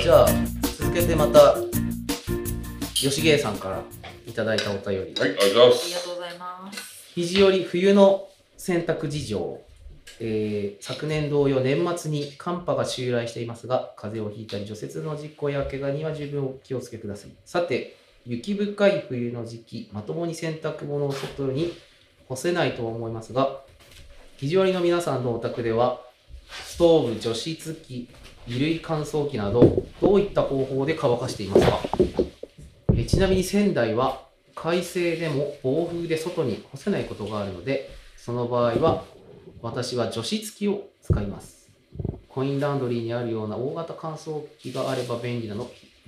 じゃあ続けてまた吉芸さんからいただいたお便り。はい、 ありがとうございます。 ありがとうございます。 肘折冬の洗濯事情。昨年同様年末に寒波が襲来していますが、風邪をひいたり除雪の事故や怪我には十分お気をつけください。さて、雪深い冬の時期、まともに洗濯物を外に干せないと思いますが、肘折の皆さんのお宅ではストーブ、除湿機、衣類乾燥機などどういった方法で乾かしていますか？ちなみに仙台は快晴でも暴風で外に干せないことがあるので、その場合は私は除湿機を使います。コインランドリーにあるような大型乾燥機があれば便利なの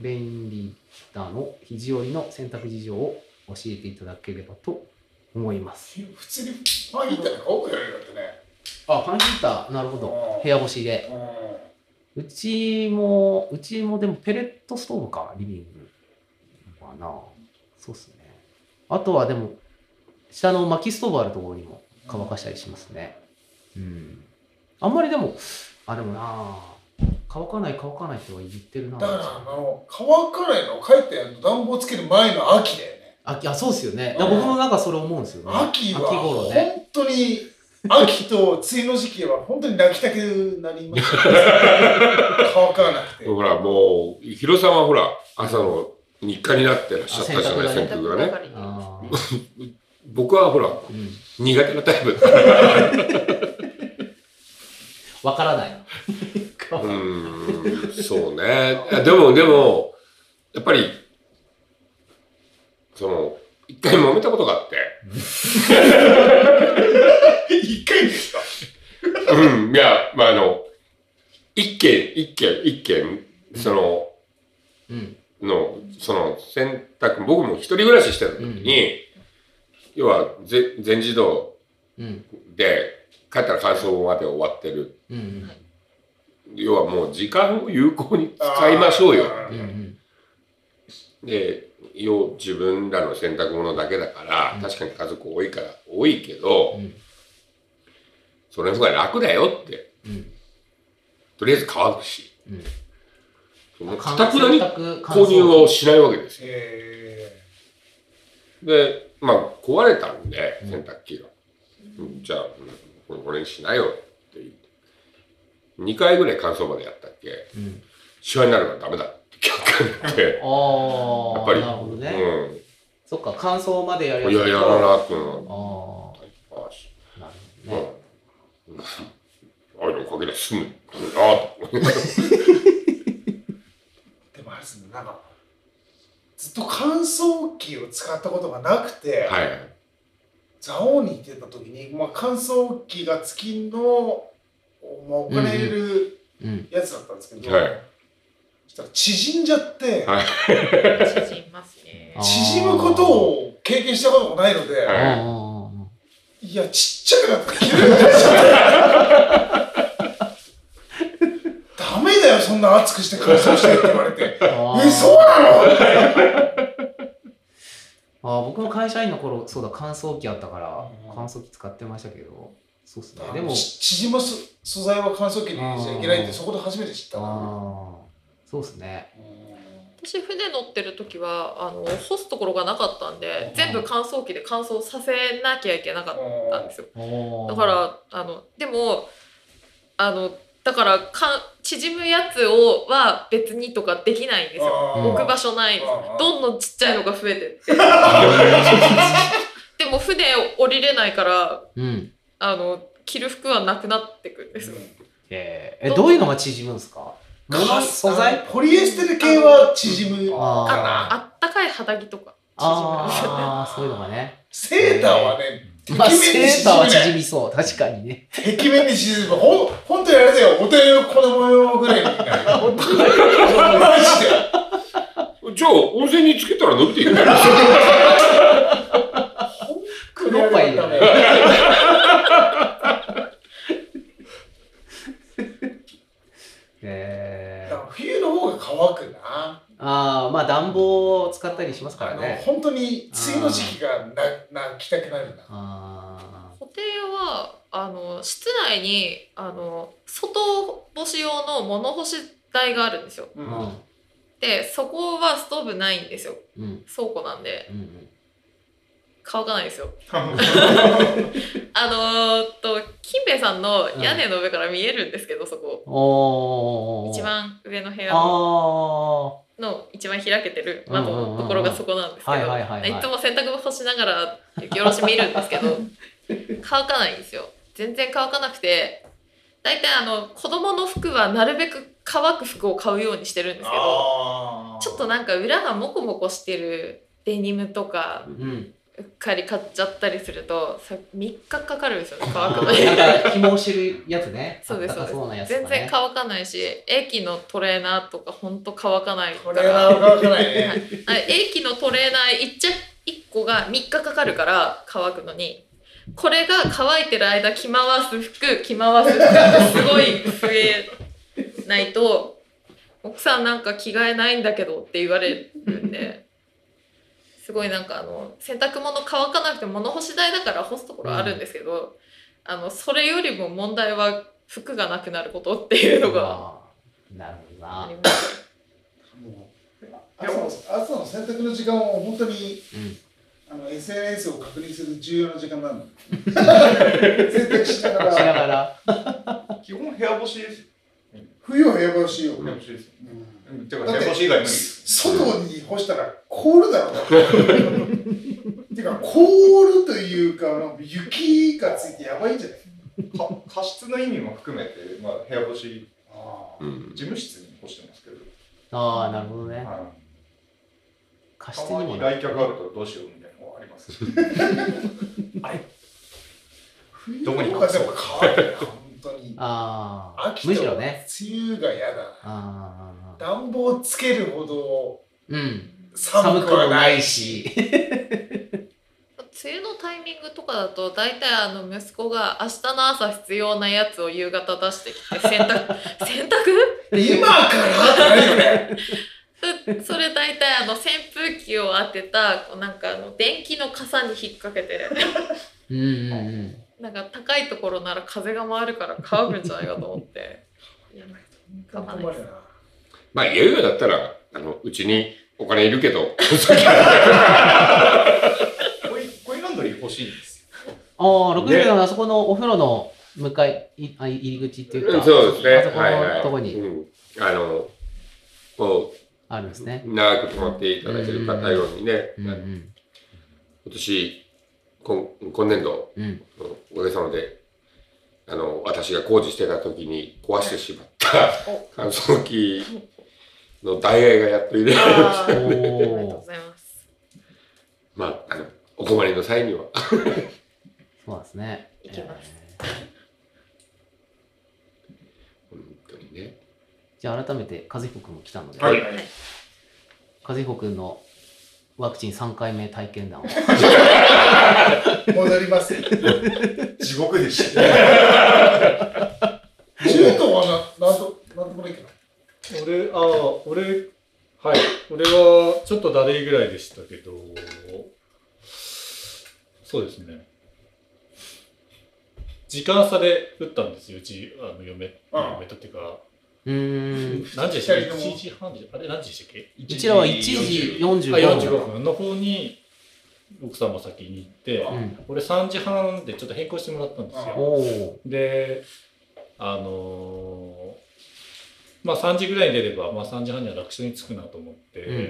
肘折の洗濯事情を教えていただければと思います。 普通にファンヒーターで乾くよね、だってね。 あ、ファンヒーター、なるほど。部屋干しで。うちもでもペレットストーブか、リビングかな。そうっすね。あとはでも、下の薪ストーブあるところにも乾かしたりしますね。うん。あんまりでもな乾かないっては言ってるな。 だから乾かないの、かえって暖房つける前の秋だよね。 秋、そうっすよね。僕もなんかそれ思うんですよね。 秋は頃ね。 本当に、秋と梅雨の時期は本当に泣きたくなります。乾かなくて。 ほら、もう、ヒロさんはほら、朝の日課になってらっしゃったじゃない、洗濯がね。僕はほら、苦手なタイプだから。 わからない。 そうね。でも、やっぱり、一回揉めたことがあって。 一回ですか？ いや、一軒、洗濯、僕も一人暮らししてた時に、要は全自動で帰ったら乾燥まで終わってる。要はもう時間を有効に使いましょうよ。で、自分らの洗濯物だけだから、確かに家族多いけど、それの方が楽だよって。とりあえず乾くし。かたくなに購入をしないわけですよ。で、壊れたんで、洗濯機が。じゃあ、これにしなよって言って。2回ぐらい乾燥までやったっけ、シワになるからダメだって結果になって。やっぱり。 なるほどね。そっか、乾燥までやるやつ。 いや、やらなくなる。 なるほどね。 あれのおかげで済むなと。 でもあれですね、ずっと乾燥機を使ったことがなくて、蔵王に行ってた時に、乾燥機が付きの、お金入れるやつだったんですけど、そしたら縮んじゃって、 縮みますね。 縮むことを経験したことがないので、いや、ちっちゃくなって切れるんですよ。ダメだよ、そんな熱くして乾燥してって言われて。そうなの？ 僕も会社員の頃、そうだ、乾燥機あったから、乾燥機使ってましたけど、そうっすね。でも、 縮む素材は乾燥機に入れちゃいけないって、そこで初めて知った。 そうっすね。 私船乗ってる時は干すところがなかったんで、全部乾燥機で乾燥させなきゃいけなかったんですよ。だからでもだから縮むやつは別にとかできないんですよ。置く場所ないんです。どんどんちっちゃいのが増えてってでも船降りれないから、着る服はなくなってくんですよ。 どういうのが縮むんですか？素材？ ポリエステル系は縮むかな。 あったかい肌着とか縮むんですよね。 そういうのがね。 セーターはね、 セーターは縮みそう。確かにね。 壁面に縮む。ほんとにあれだよ。お手の子供用ぐらいみたいな。マジで。じゃあ、温泉につけたら伸びていくんだよ。 黒パイだね。 冬の方が乾くな。 暖房を使ったりしますからね。 本当に梅雨の時期が泣きたくなるな。 固定は室内に外干し用の物干し台があるんですよ。 うん。 でそこはストーブないんですよ。 うん。 倉庫なんで。 うんうん。 乾かないですよ。金兵衛さんの屋根の上から見えるんですけど、そこ。一番上の部屋の一番開けてる窓のところがそこなんですけど、いつも洗濯物干しながら雪下ろし見るんですけど、乾かないんですよ。全然乾かなくて、大体子供の服はなるべく乾く服を買うようにしてるんですけど、ちょっとなんか裏がモコモコしてるデニムとか、うっかり買っちゃったりすると3日かかるんですよね、乾くのに。 なんか紐をしてるやつね。 そうです、そうです。 ね、 全然乾かないし、駅のトレーナーとかほんと乾かないから。 トレーナー乾かないね。 はい、駅のトレーナー1個が3日かかるから乾くのに、これが乾いてる間着回す服ってすごい増えないと、奥さんなんか着替えないんだけどって言われるんで。すごいなんか洗濯物乾かなくて物干し台だから干すところあるんですけど、それよりも問題は服がなくなることっていうのがなるほどな。 朝の洗濯の時間は本当に、SNS を確認する重要な時間なの。洗濯しながら。 基本部屋干しです。 冬は部屋干しよ。 部屋干しです。てか部屋干し以外無理。 外に干したら凍るだろう。てか凍るというか雪がついてやばいんじゃない？ 加湿の意味も含めて、部屋干し、事務室に干してますけど。 ああ、なるほどね。加湿にも来客あるとどうしようみたいなのがあります。あれ？どこに干すのか乾いてる。 むしろね、 梅雨が嫌だな。暖房つけるほど寒くはないし。 梅雨のタイミングとかだと大体息子が明日の朝必要なやつを夕方出してきて洗濯今からないよね。 それ大体扇風機を当てたなんか電気の傘に引っ掛けてなんか高いところなら風が回るから乾くんじゃないかと思って乾かないです。 いよいよだったらうちにお金いるけどコインランドリー欲しいんですよ。 6時のあそこのお風呂の向かい入り口っていうか、 そうですね。 あそこのとこにこうあるんですね。 長く泊まっていただける方用にね、今年今年度おかげさまで私が工事してた時に壊してしまった乾燥機の代替がやっと入れられましたので、 ありがとうございます。 お困りの際にはそうですね。 行きます。 本当にね。 じゃあ改めて和彦君も来たので、 はい、 和彦君のワクチン3回目体験談を戻ります。 地獄でした。 中東はなんともないけど。 俺はちょっとだるいぐらいでしたけど、そうですね。時間差で打ったんですよ、嫁とっていうか。何時でしたっけ？ 1 時半で、あれ何時でしたっけ？ うちらは1時45 分の方に奥さんも先に行って、俺3時半でちょっと変更してもらったんですよ。で、3時ぐらいに出れば、3時半には楽勝に着くなと思って、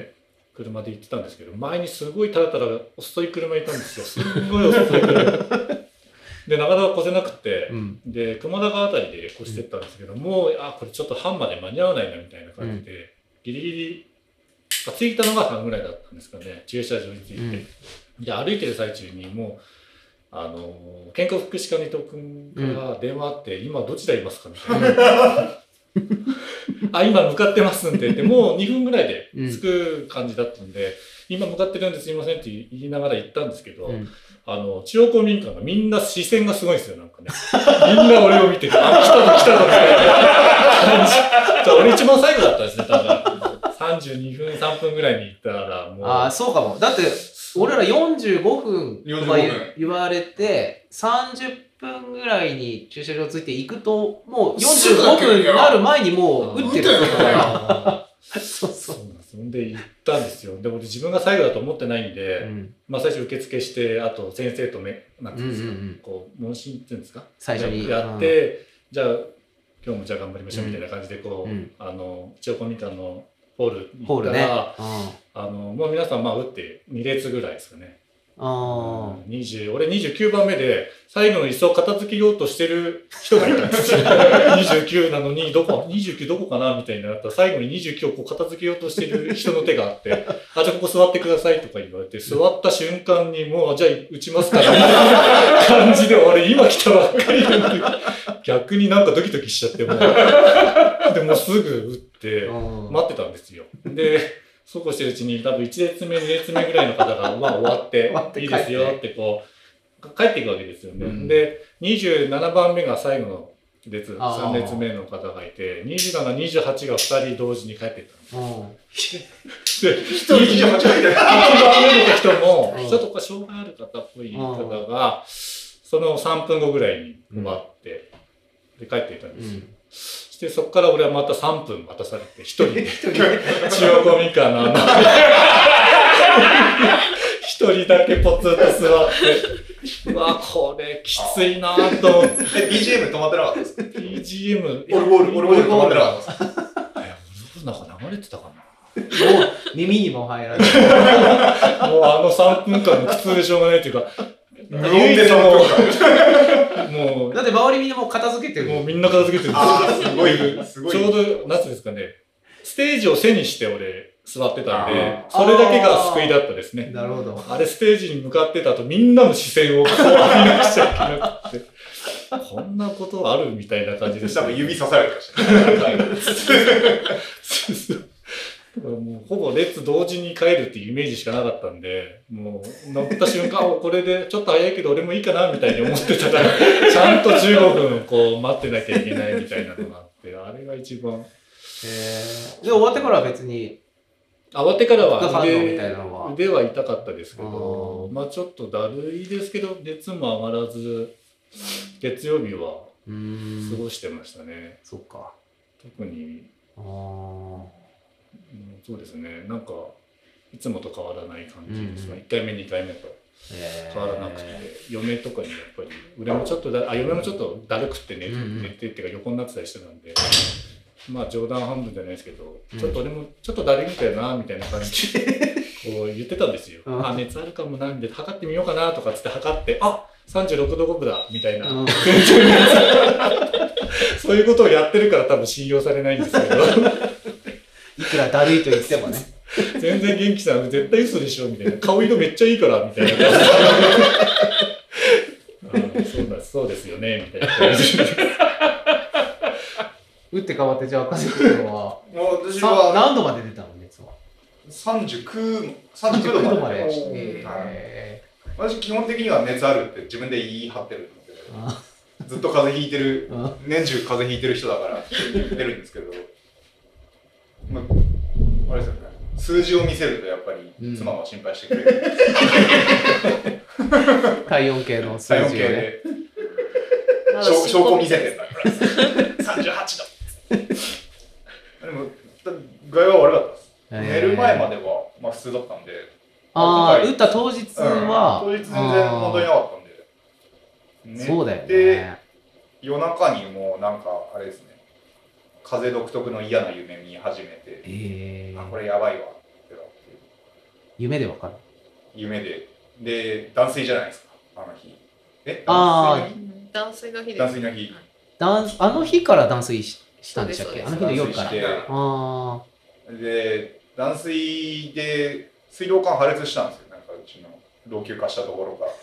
車で行ってたんですけど、前にすごいたらたら遅い車いたんですよ。すんごい遅い車。で、なかなか越せなくて、で、熊田川あたりで越してったんですけど、もう、これちょっと半まで間に合わないなみたいな感じで、ギリギリ、着いたのが半ぐらいだったんですかね、駐車場に着いて。で、歩いてる最中にもう、健康福祉課の伊藤君から電話あって、今どちらいますかみたいな。今向かってますんで、でもう2分ぐらいで着く感じだったんで、今向かってるんですいませんって言いながら行ったんですけど、中央公民館がみんな視線がすごいんですよ、なんかね。みんな俺を見てて、来たぞみたいな感じ。俺一番最後だったんですね、多分。32分、3分ぐらいに行ったら、もう。 そうかも。だって、俺ら45分とか言われて、30 分ぐらいに駐車場ついて行くと、もう45分になる前にもう打ってるそうそうなんです。で行ったんですよ。で俺自分が最後だと思ってないんで、まあ最初受付して、あと先生となんていうんですか、こう問診っていうんですか、 最初にやって、じゃあ今日もじゃあ頑張りましょうみたいな感じでこう、千代子みかんのホールに行ったら、もう皆さんまあ打って2列ぐらいですかね。俺29番目で最後の椅子を片付けようとしてる人がいたんですよ。29なのに29どこかなみたいになったら、最後に29をこう片付けようとしてる人の手があって、あ、じゃあここ座ってくださいとか言われて、座った瞬間にもう、じゃあ打ちますからみたいな感じで、俺今来たばっかりなのに、逆になんかドキドキしちゃって、もうでもうすぐ打って待ってたんですよ。でそうこうしてるうちに多分1列目2列目ぐらいの方がまあ終わっていいですよってこう帰っていくわけですよね。で27番目が最後の列3列目の方がいて、27、28が2人同時に帰っていったんです。で1番目の人もちょっと障害ある方っぽい方がその3分後ぐらいに終わってで帰っていったんですよ。でそこから俺はまた3分待たされて、一人で千代子みかんの一人だけポツンと座って、うわこれきついなぁと思って。 BGM 止まってなかったですか？ BGM オルゴール止まってなかったですか？ オルゴールなんか流れてたかな。 もう耳にも入らない。もう 3分間の苦痛でしょうがないっていうか、 無音でもうだって周りみんなもう片付けてる。 もうみんな片付けてる。 すごいすごい。 ちょうど夏ですかね。ステージを背にして俺座ってたんで、それだけが救いだったですね。 なるほど。 あれステージに向かってた後、みんなの視線をこう浴びなくちゃいけなくて、こんなことあるみたいな感じでした、 多分指刺されてましたね。 もうほぼ列同時に帰るっていうイメージしかなかったんで、もう乗った瞬間これでちょっと早いけど俺もいいかなみたいに思ってたらちゃんと15分こう待ってなきゃいけないみたいなのがあって、あれが一番。 で終わってからは別に終わってからは腕は痛かったですけど、まあちょっとだるいですけど熱も上がらず月曜日は過ごしてましたね。 そっか。 特にそうですね、なんかいつもと変わらない感じですが、1回目2回目と変わらなくて、嫁とかにやっぱり嫁もちょっとだるくって寝てっていうか横になってたりしてたんで、まあ冗談半分じゃないですけど、ちょっと俺もちょっとだるいみたいなみたいな感じでこう言ってたんですよ。あ、熱あるかもなみたいな、測ってみようかなとかつって測って、あ、36度5分だみたいな、そういうことをやってるから多分信用されないんですけどいくらだるいと言ってもね全然元気さん絶対嘘でしょみたいな、顔色めっちゃいいからみたいなそうですよねみたいな感じで打って変わって、じゃあ赤瀬君は私は何度まで出たの熱は 39度まで。私基本的には熱あるって自分で言い張ってるので、ずっと風邪ひいてる、年中風邪ひいてる人だからって言ってるんですけど、まあ、あれですよね、数字を見せるとやっぱり妻は心配してくれる、 体温計の数字をね、 体温計で証拠見せてんだから38度でも具合は悪かったです。寝る前まではまあ普通だったんで、 打った当日は、 当日全然問題なかったんで、 そうだよね。 で夜中にもうなんかあれですね、風独特の嫌な夢見始めて、あ、これやばいわってなって、 夢でわかる？ 夢で断水じゃないですか、あの日。 断水の日です。 断水の日。 あの日から断水したんでしたっけ？あの日の夜から。 で断水で水道管破裂したんですよ。なんかうちの老朽化したところが。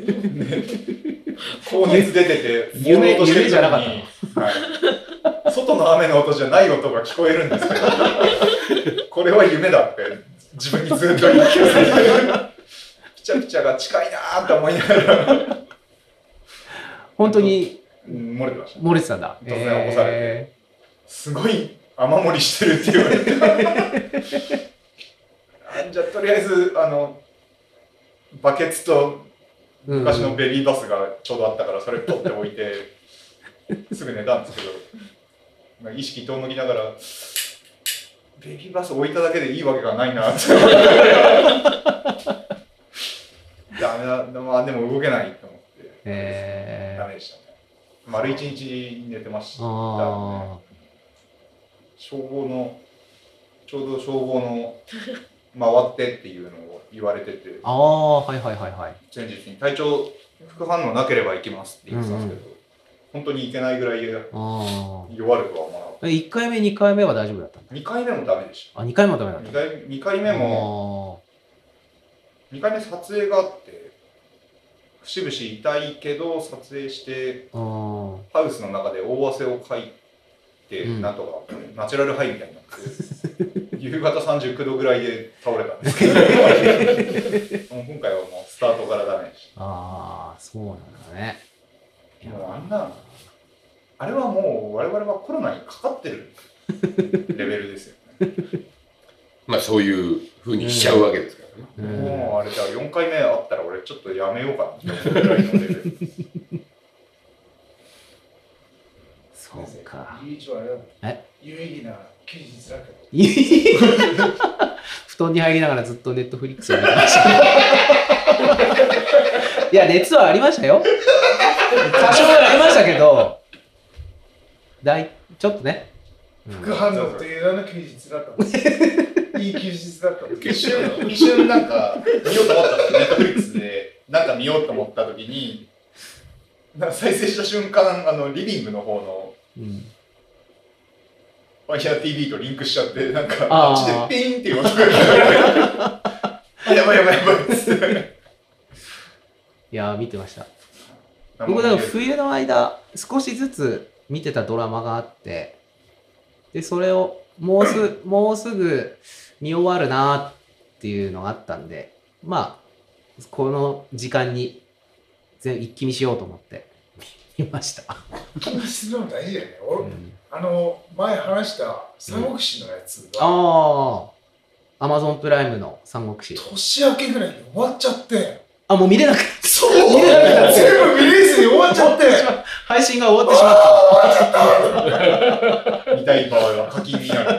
高熱出てて、 夢じゃなかったの。 はい、外の雨の音じゃない音が聞こえるんですけど、これは夢だって自分にずっと言い聞かせて、ピチャピチャが近いなーって思いながら、 本当に漏れてました。 漏れてたんだ。 突然起こされて、すごい雨漏りしてるって言われて、じゃあとりあえずバケツと昔のベビーバスがちょうどあったからそれ取っておいてすぐ寝たんですけど、意識遠のきながらベビーバス置いただけでいいわけがないなってダメだ、まあでも動けないと思ってダメでしたね。丸一日寝てましたね。消防のちょうど消防の回ってっていうのを言われてて、 はいはいはいはい。 前日に体調副反応なければ行きますって言ってたんですけど、本当に行けないぐらい弱るとは思わなかった。 1回目2回目は大丈夫だったんだ。 2回目もダメでした。 2回目もダメだった。 2回目も2回目撮影があって節々痛いけど撮影してハウスの中で大汗をかいて、なんとかナチュラルハイみたいになって夕方39度ぐらいで倒れたんですけど今回はもうスタートからダメでした。 そうなんだね。 もうあれはもう我々はコロナにかかってるレベルですよねまあそういうふうにしちゃうわけですからね。 もうあれじゃあ4回目あったら俺ちょっとやめようかなって思うぐらいのレベルそうか。 有意義な休日だけど布団に入りながらずっとネットフリックスを見てましたいや熱はありましたよ。多少はありましたけどちょっとね副反応というような休日だったいい休日だった一瞬なんか見ようと思ったんですよ。ネットフリックスでなんか見ようと思った時に再生した瞬間リビングの方のワイヤー TV とリンクしちゃってなんかあっちでピーンっていう音がやばいっつっていや見てました。僕だから冬の間少しずつ見てたドラマがあってでそれをもうすぐ見終わるなっていうのがあったんでまあこの時間に一気見しようと思って見ました。 一気見するの大事だよね。前話した三国志のやつが Amazon プライムの三国志年明けぐらいに終わっちゃってもう見れなくて全部見れずに終わっちゃって配信が終わってしまった見たい場合は課金になる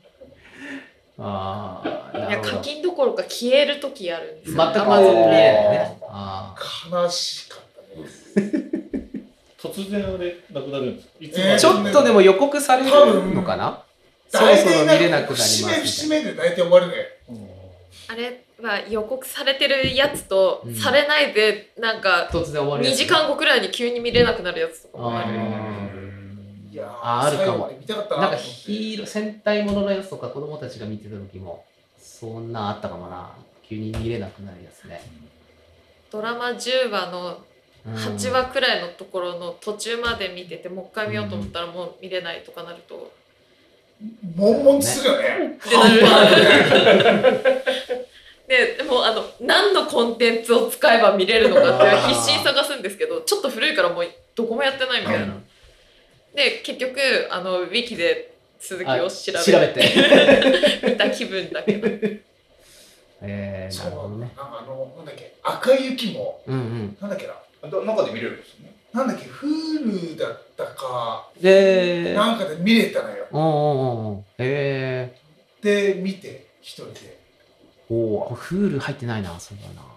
いや課金どころか消える時あるんですよ、 全く見れないね。 悲しかったね突然あれなくなるんですか？ ちょっとでも予告されるのかな。そろそろ見れなくなりますみたいな。 節目で大体終わるね。 あれは予告されてるやつと、されないでなんか突然終わる 2時間後くらいに急に見れなくなるやつとかもある。 いやあるかも。 見たかったなんか戦隊もののやつとか子供たちが見てた時もそんなあったかもな。急に見れなくなるやつね。 ドラマ10話の8話くらいのところの途中まで見ててもう一回見ようと思ったらもう見れないとかなると悶々するよね。 でも何のコンテンツを使えば見れるのかって必死に探すんですけどちょっと古いからもうどこもやってないみたいな。で結局ウィキで続きを調べて見た気分だけど。 なるほどね。 なんだっけ赤い雪もなんだっけ中で見れるんですよね。 なんだっけ Hulu だったかなんかで見れたのよ。で見て一人で。 Hulu 入ってないな。そうだな。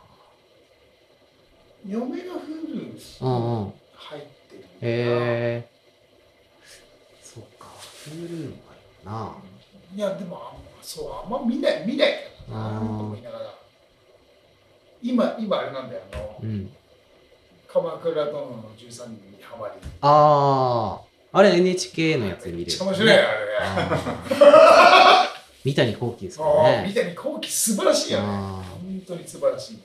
嫁が Hulu 入ってる。 そっか Hulu もあるな。 いやでもあんま見ないけどなと思いながら今あれなんだよ鎌倉殿の13人にハマり。 あれ NHK のやつで見れる。 めっちゃ面白いあれね。 三谷幸喜ですからね。 三谷幸喜素晴らしいよね。本当に素晴らしい。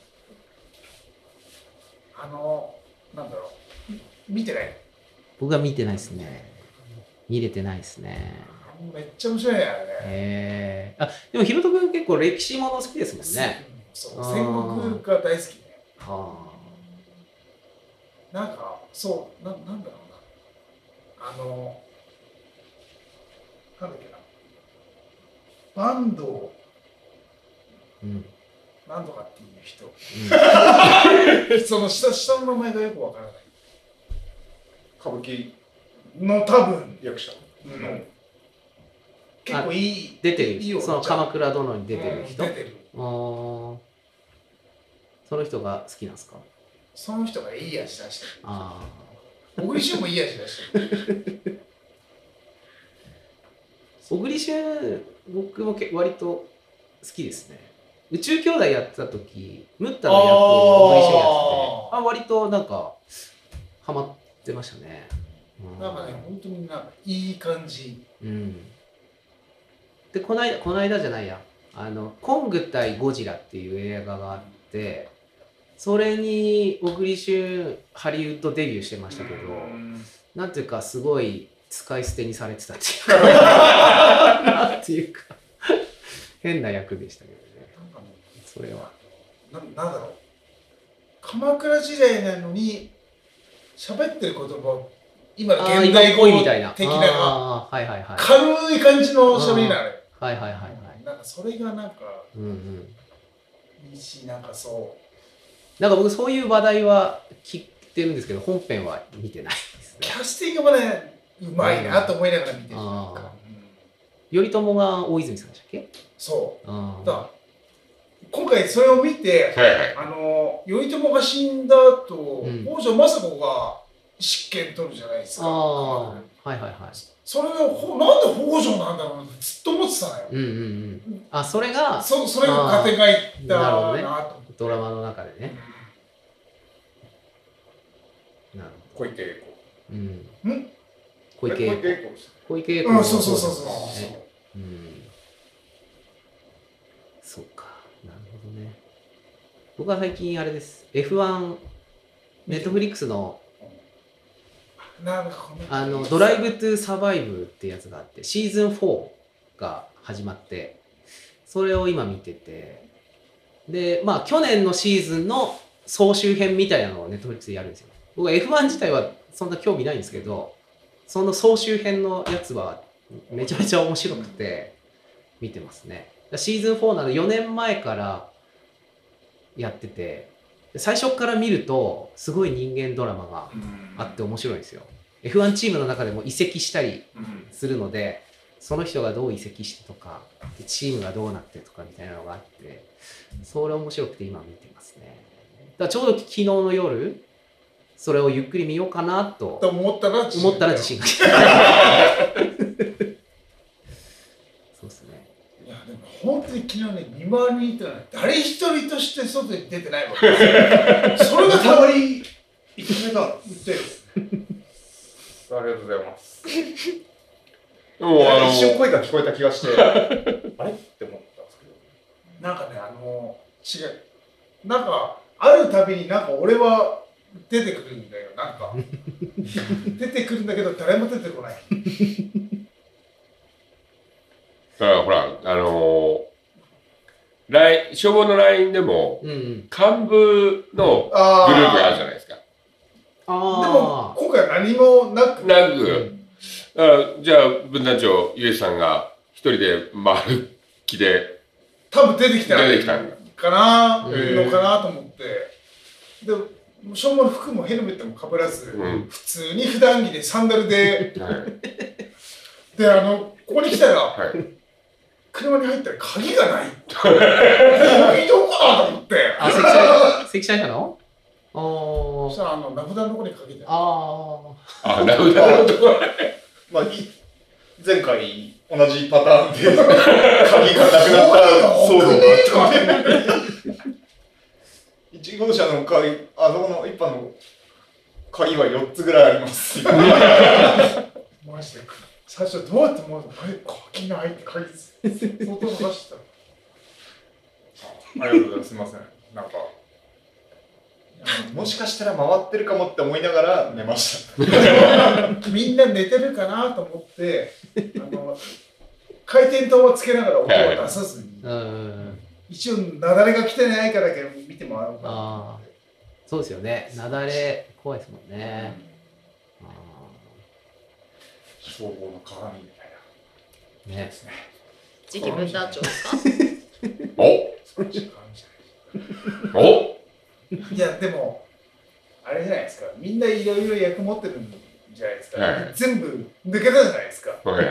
なんだろう見てない？ 僕は見てないですね。見れてないですね。 めっちゃ面白いねあれね。 でもひろとくん結構歴史もの好きですもんね。 そう戦国が大好きね。なんかそうなんだろうななんだっけな坂東なんとかっていう人、その下の名前がよくわからない。 歌舞伎の多分役者の結構いい出てる人、その鎌倉殿に出てる人。 出てる。 その人が好きなんですか？ その人がいい味出してる。 あ小栗旬もいい味出してる。 小栗旬、僕も割と好きですね。宇宙兄弟やってた時、ムッタの役を小栗旬やってて、割となんかハマってましたね。 なんかね、本当になんかいい感じ。 で、この間じゃないや、コング対ゴジラっていう映画があって、それに小栗旬ハリウッドデビューしてましたけど、なんていうかすごい使い捨てにされてたっていうかなんていうか変な役でしたけどね。それはなんだろう、鎌倉時代なのに喋ってる言葉、今の現代語みたいな的な軽い感じの喋りなのよ。なんかそれがなんかいいし、なんかそうなんか僕そういう話題は聞いてるんですけど、本編は見てないですね。 キャスティングもね、うまいなと思いながら見てる。 頼朝が大泉さんでしたっけ？ そうだ、今回それを見て、頼朝が死んだ後、北条政子が執権取るじゃないですか。それがなんで北条なんだろうってずっと思ってたのよ。 それがそれが勝手がいったなと思って。 ドラマの中でね。なるほど。 小池栄子。小池栄子。小池栄子。 そう。 そうか。なるほどね。僕は最近あれです。F1、ネットフリックスのドライブトゥサバイブってやつがあって、シーズン4が始まって、それを今見てて、で、去年のシーズンの総集編みたいなのをネットフリックスでやるんですよ。僕は F1 自体はそんな興味ないんですけど、その総集編のやつはめちゃめちゃ面白くて見てますね。シーズン4なの4年前からやってて、最初から見るとすごい人間ドラマがあって面白いんですよ。F1 チームの中でも移籍したりするので、その人がどう移籍してとか、チームがどうなってとかみたいなのがあって、それ面白くて今見てますね。だからちょうど昨日の夜、それをゆっくり見ようかなと思ったら自信が来た。そうですね。 いやでも本当に昨日ね、見回りに行ったら誰一人として外に出てないわけですよ。それがたまに言ってくれたの。言ってよ。 ありがとうございます。一瞬声が聞こえた気がして、あれって思ったんですけど。 なんかね、違う。なんか、あるたびになんか俺は出てくるんだよ。なんか。出てくるんだけど誰も出てこない。 だからほら、消防の LINE でも、幹部のグループがあるじゃないですか。 でも今回は何もなく、 じゃあ分団長ゆえさんが一人で回る気で多分出てきたんだかなのかなと思って、で消防の服もヘルメットもかぶらず、普通に普段着でサンダルで、でここに来たら、車に入ったら鍵がない。鍵どこだと思って。 関車車の？ そしたら名札のところにかけて。 名札のところ。 前回同じパターンで鍵がなくなった騒動があって1号車の鍵、そこの一般の鍵は4つぐらいあります。 マジで最初どうやっても鍵ないって鍵相当探してた。ありがとうございます。すみません。なんかもしかしたら回ってるかもって思いながら寝ました。 みんな寝てるかなと思って回転灯をつけながら音を出さずに、一応雪崩が来てないかだけ見てもらおうかな。 そうですよね。雪崩怖いですもんね。 消防の鏡みたいな。 ね。 次期分団長ですか？ お。 おいやでもあれじゃないですか、みんないろいろ役持ってるんじゃないですか、 はい、 全部抜けたじゃないですか、 はい、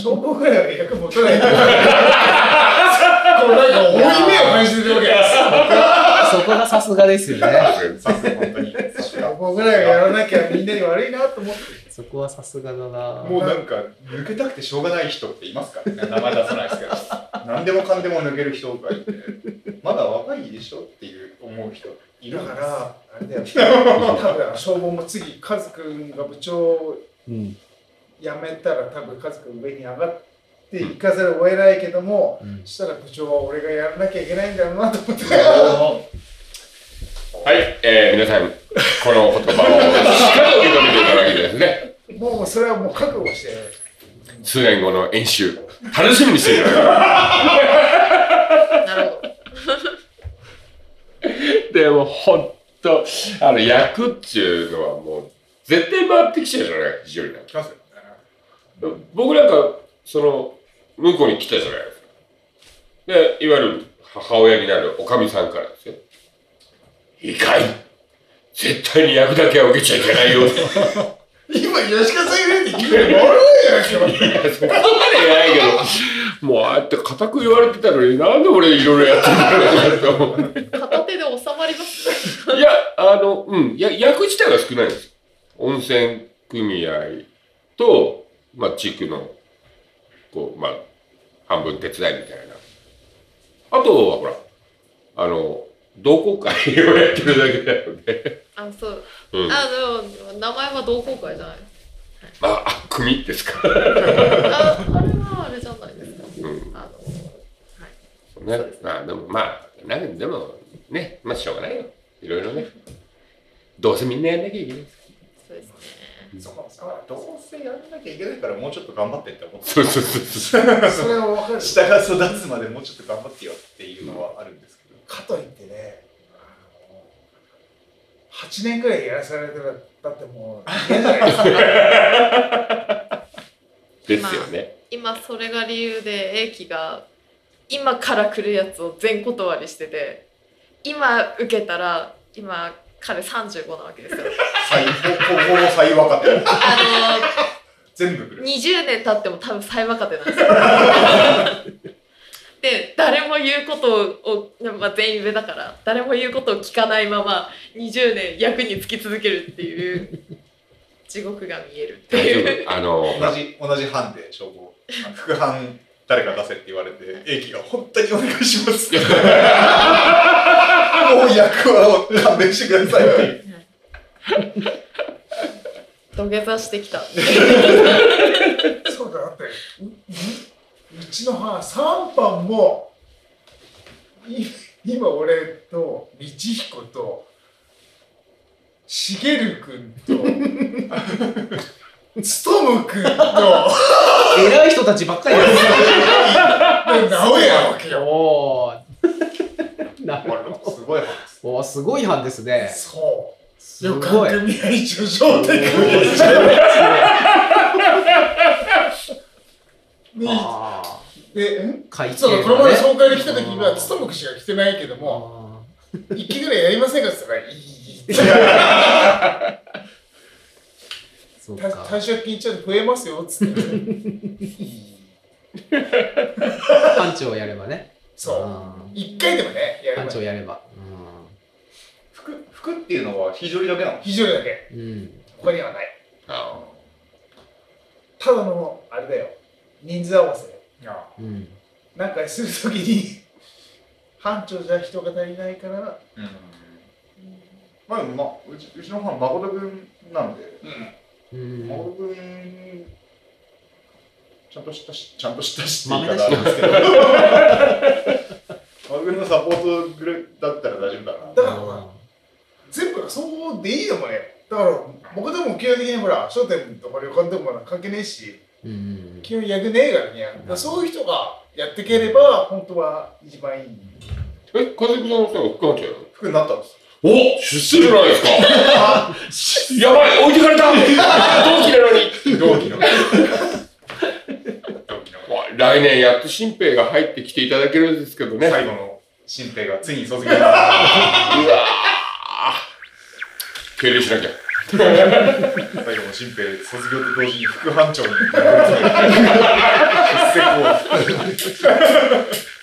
消防ぐらいは役持たないからこうなんか負い目を感じてるわけですそこがさすがですよね。 さすが本当に消防ぐらいはやらなきゃみんなに悪いなと思って。 そこはさすがだな。 もうなんか抜けたくてしょうがない人っていますからね。名前出さないですけど何でもかんでも抜ける人がいて、まだ若いでしょっていう思う人いるだからあれだよ多分消防も次カズ君が部長辞めたら多分カズ君上に上がっていかざるを得ないけども、そしたら部長は俺がやらなきゃいけないんだろうなと思ってはい、皆さんこの言葉をしっかり受け止めていただきたいですね。 もうそれはもう覚悟して数年後の演習楽しみにしていただきたい。 なるほど。 でも本当役っていうのはもう絶対回ってきちゃうじゃない、非常に来ますよね。僕なんかその向こうに来たじゃないですか。でいわゆる母親になるおかみさんからですよ。いかん、絶対に役だけは受けちゃいけないよ。 今吉川さんいるって言うのも悪いじゃないですか。 いやそこまで言わないけど、もうああやって固く言われてたのになんで俺いろいろやってるんだろうなと。 片手で収まります。 いや役自体は少ないんですよ。温泉組合と地区のこう半分手伝いみたいな。あとはほら同好会をやってるだけなので。 そう。でも名前は同好会じゃない。 組ですか。 あれはあれじゃないですか。 はい。ね、でもでもね、しょうがないよ。いろいろね。どうせみんなやんなきゃいけない。 そうですね。 どうせやらなきゃいけないからもうちょっと頑張ってって思って。 そう。 それは分かる。 下が育つまでもうちょっと頑張ってよっていうのはあるんですけど。 かといってね、8年ぐらいやらされたらだってもう嫌じゃないですか。 ですよね。 今それが理由で英樹が今から来るやつを全断りしてて、今受けたら今彼35なわけですよ。 ほぼ最若手。全部来る。 20年経っても多分最若手なんですよ。で誰も言うことを、全員上だから誰も言うことを聞かないまま20年役につき続けるっていう地獄が見えるっていう。 同じ班で消防副班誰か出せって言われて英樹が本当にお願いします。もう役は勘弁してくださいって。 土下座してきた。 そうだ、だってうちの班3班も今俺と道彦と茂君と勉君と偉い人たちばっかりですよ。 直哉わけよ。 なるほど。 すごい班です。 すごい班ですね。 そう。 すごい。 組合長商店組で、そうだ、この前紹介に来た時には勉君しか来てないけども、1期ぐらいやりませんかって言ったら、退職金ちょっと増えますよっつって。 班長やればね。 そう。1回でもね、やれば。 班長やれば。 服っていうのは非常にだけなの？ 非常にだけ。他にはない。ただの、あれだよ。人数合わせ。なんかするときに班長じゃ人が足りないから、うちの班誠君なんで、誠君ちゃんとしたしって言い方なんですけど、誠君のサポートぐらいだったら大丈夫だな。 だから全部がそうでいいのもね。だから僕でも基本的にほら商店とか旅館でも関係ねえし、基本役ねえからね。だからそういう人がやっていければ本当は一番いい。 風間さんの副班長やろ？ 副になったんです。 お、出世じゃないですか。やばい、置いてかれた。同期なのに。同期の。来年やっと新兵が入ってきていただけるんですけどね。 最後の新平がついに卒業。 うわ敬礼しなきゃ。 だけども新平卒業と同時に副班長に出世コース